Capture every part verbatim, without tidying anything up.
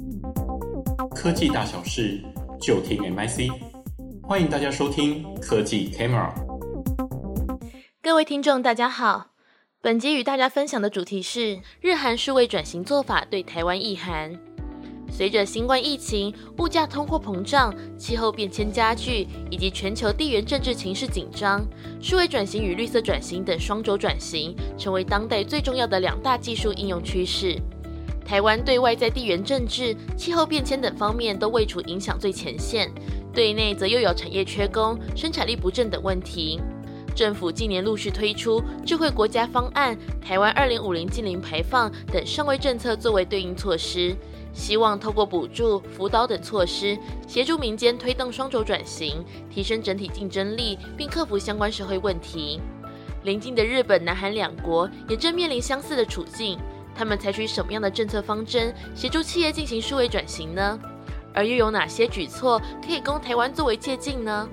科技大小事，就听 M I C。欢迎大家收听科技 Camera。 各位听众，大家好。本集与大家分享的主题是日韩数位转型做法对台湾意涵。随着新冠疫情、物价通货膨胀、气候变迁加剧以及全球地缘政治情势紧张，数位转型与绿色转型等双轴转型成为当代最重要的两大技术应用趋势。台湾对外在地缘政治、气候变迁等方面都位处影响最前线，对内则又有产业缺工、生产力不振等问题。政府近年陆续推出智慧国家方案、台湾二零五零净零排放等上位政策作为对应措施，希望透过补助、辅导等措施，协助民间推动双轴转型，提升整体竞争力，并克服相关社会问题。邻近的日本、南韩两国也正面临相似的处境，他们采取什么样的政策方针，协助企业进行数位转型呢？而又有哪些举措可以供台湾作为借鉴呢？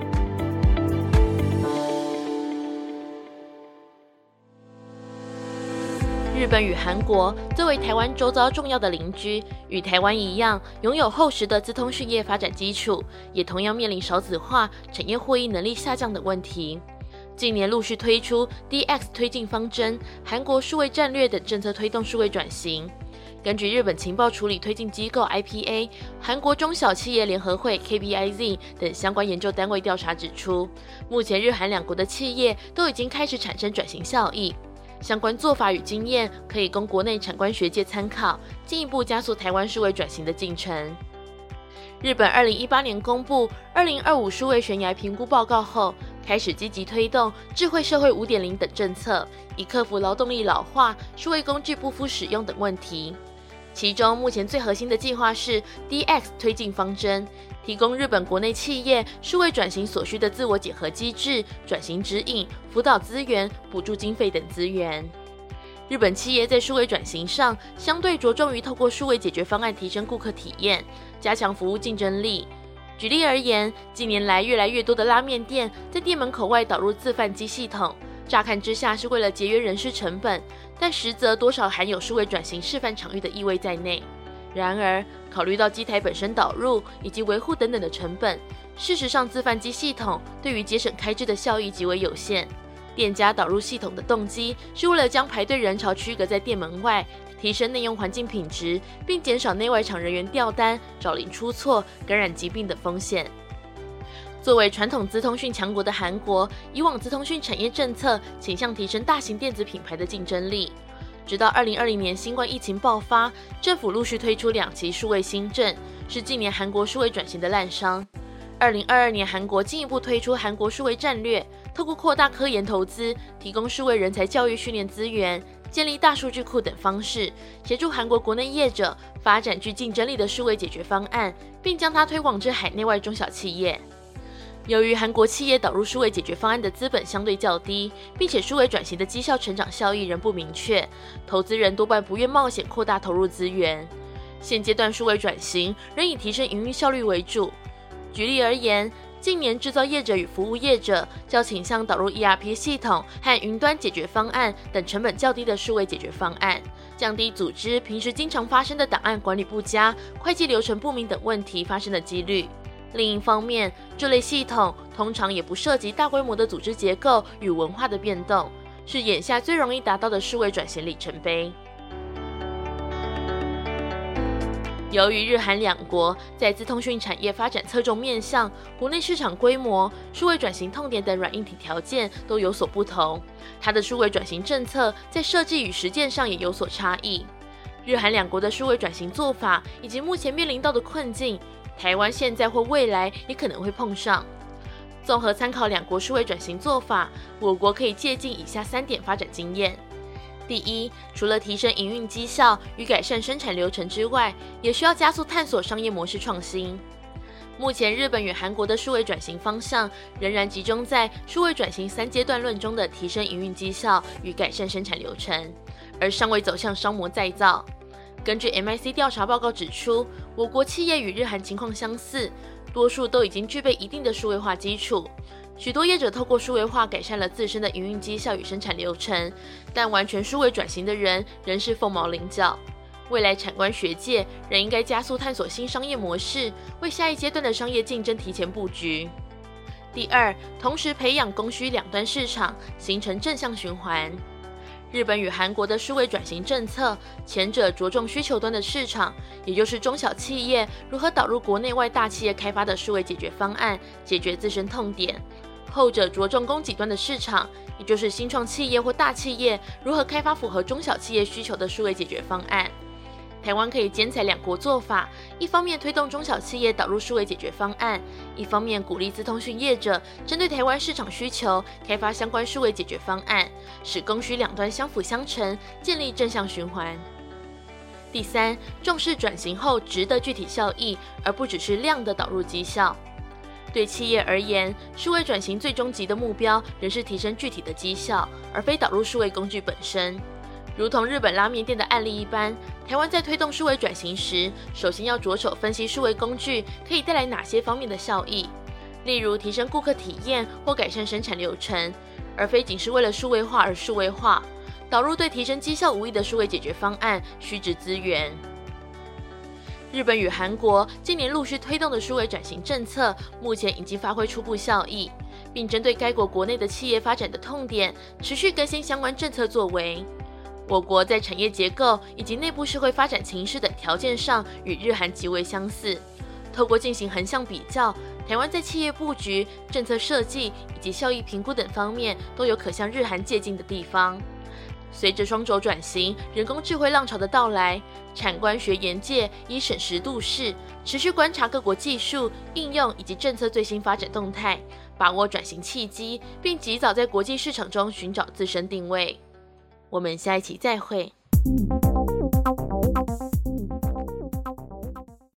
日本与韩国作为台湾周遭重要的邻居，与台湾一样，拥有厚实的资通讯业发展基础，也同样面临少子化、产业获益能力下降的问题。近年陆续推出 D X 推进方针、韩国数位战略等政策推动数位转型。根据日本情报处理推进机构 I P A、韩国中小企业联合会 K B I Z 等相关研究单位调查指出，目前日韩两国的企业都已经开始产生转型效益。相关做法与经验可以供国内产官学界参考，进一步加速台湾数位转型的进程。日本二零一八年公布二零二五数位悬崖评估报告后，开始积极推动智慧社会 五点零 等政策，以克服劳动力老化、数位工具不敷使用等问题。其中目前最核心的计划是 D X 推进方针，提供日本国内企业数位转型所需的自我检核机制、转型指引、辅导资源、补助经费等资源。日本企业在数位转型上相对着重于透过数位解决方案提升顾客体验，加强服务竞争力。举例而言，近年来越来越多的拉面店在店门口外导入自贩机系统，乍看之下是为了节约人事成本，但实则多少含有数位转型示范场域的意味在内。然而，考虑到机台本身导入以及维护等等的成本，事实上自贩机系统对于节省开支的效益极为有限。店家导入系统的动机是为了将排队人潮区隔在店门外，提升内用环境品质，并减少内外场人员调单、找零出错、感染疾病等风险。作为传统资通讯强国的韩国，以往资通讯产业政策倾向提升大型电子品牌的竞争力。直到二零二零年新冠疫情爆发，政府陆续推出两期数位新政，是近年韩国数位转型的滥觞。二零二二年，韩国进一步推出韩国数位战略，透过扩大科研投资、提供数位人才教育训练资源、建立大数据库等方式，协助韩国国内业者发展具竞争力的数位解决方案，并将它推广至海内外中小企业。由于韩国企业导入数位解决方案的资本相对较低，并且数位转型的绩效成长效益仍不明确，投资人多半不愿冒险扩大投入资源。现阶段数位转型仍以提升营运效率为主。举例而言，近年制造业者与服务业者较倾向导入 E R P 系统和云端解决方案等成本较低的数位解决方案，降低组织平时经常发生的档案管理不佳、会计流程不明等问题发生的几率。另一方面，这类系统通常也不涉及大规模的组织结构与文化的变动，是眼下最容易达到的数位转型里程碑。由于日韩两国在资通讯产业发展侧重面向、国内市场规模、数位转型痛点等软硬体条件都有所不同，它的数位转型政策在设计与实践上也有所差异。日韩两国的数位转型做法以及目前面临到的困境，台湾现在或未来也可能会碰上。综合参考两国数位转型做法，我国可以借鉴以下三点发展经验。第一，除了提升营运绩效与改善生产流程之外，也需要加速探索商业模式创新。目前日本与韩国的数位转型方向仍然集中在数位转型三阶段论中的提升营运绩效与改善生产流程，而尚未走向商模再造。根据 M I C 调查报告指出，我国企业与日韩情况相似，多数都已经具备一定的数位化基础。许多业者透过数位化改善了自身的营运绩效与生产流程，但完全数位转型的人仍是凤毛麟角。 未来产官学界仍应该加速探索新商业模式，为下一阶段的商业竞争提前布局。第二，同时培养供需两端市场，形成正向循环。日本与韩国的数位转型政策，前者着重需求端的市场，也就是中小企业如何导入国内外大企业开发的数位解决方案，解决自身痛点；后者着重供给端的市场，也就是新创企业或大企业如何开发符合中小企业需求的数位解决方案。台湾可以兼采两国做法，一方面推动中小企业导入数位解决方案，一方面鼓励资通讯业者针对台湾市场需求开发相关数位解决方案，使供需两端相辅相成，建立正向循环。第三，重视转型后质的具体效益，而不只是量的导入绩效。对企业而言，数位转型最终极的目标仍是提升具体的绩效，而非导入数位工具本身。如同日本拉面店的案例一般，台湾在推动数位转型时，首先要着手分析数位工具可以带来哪些方面的效益，例如提升顾客体验或改善生产流程，而非仅是为了数位化而数位化，导入对提升绩效无益的数位解决方案，虚掷资源。日本与韩国近年陆续推动的数位转型政策，目前已经发挥初步效益，并针对该国国内的企业发展的痛点，持续更新相关政策作为。我国在产业结构以及内部社会发展情势等条件上与日韩极为相似。透过进行横向比较，台湾在企业布局、政策设计以及效益评估等方面都有可向日韩借鉴的地方。随着双轴转型、人工智慧浪潮的到来，产官学研界以审时度势，持续观察各国技术、应用以及政策最新发展动态，把握转型契机，并及早在国际市场中寻找自身定位。我们下一期再会。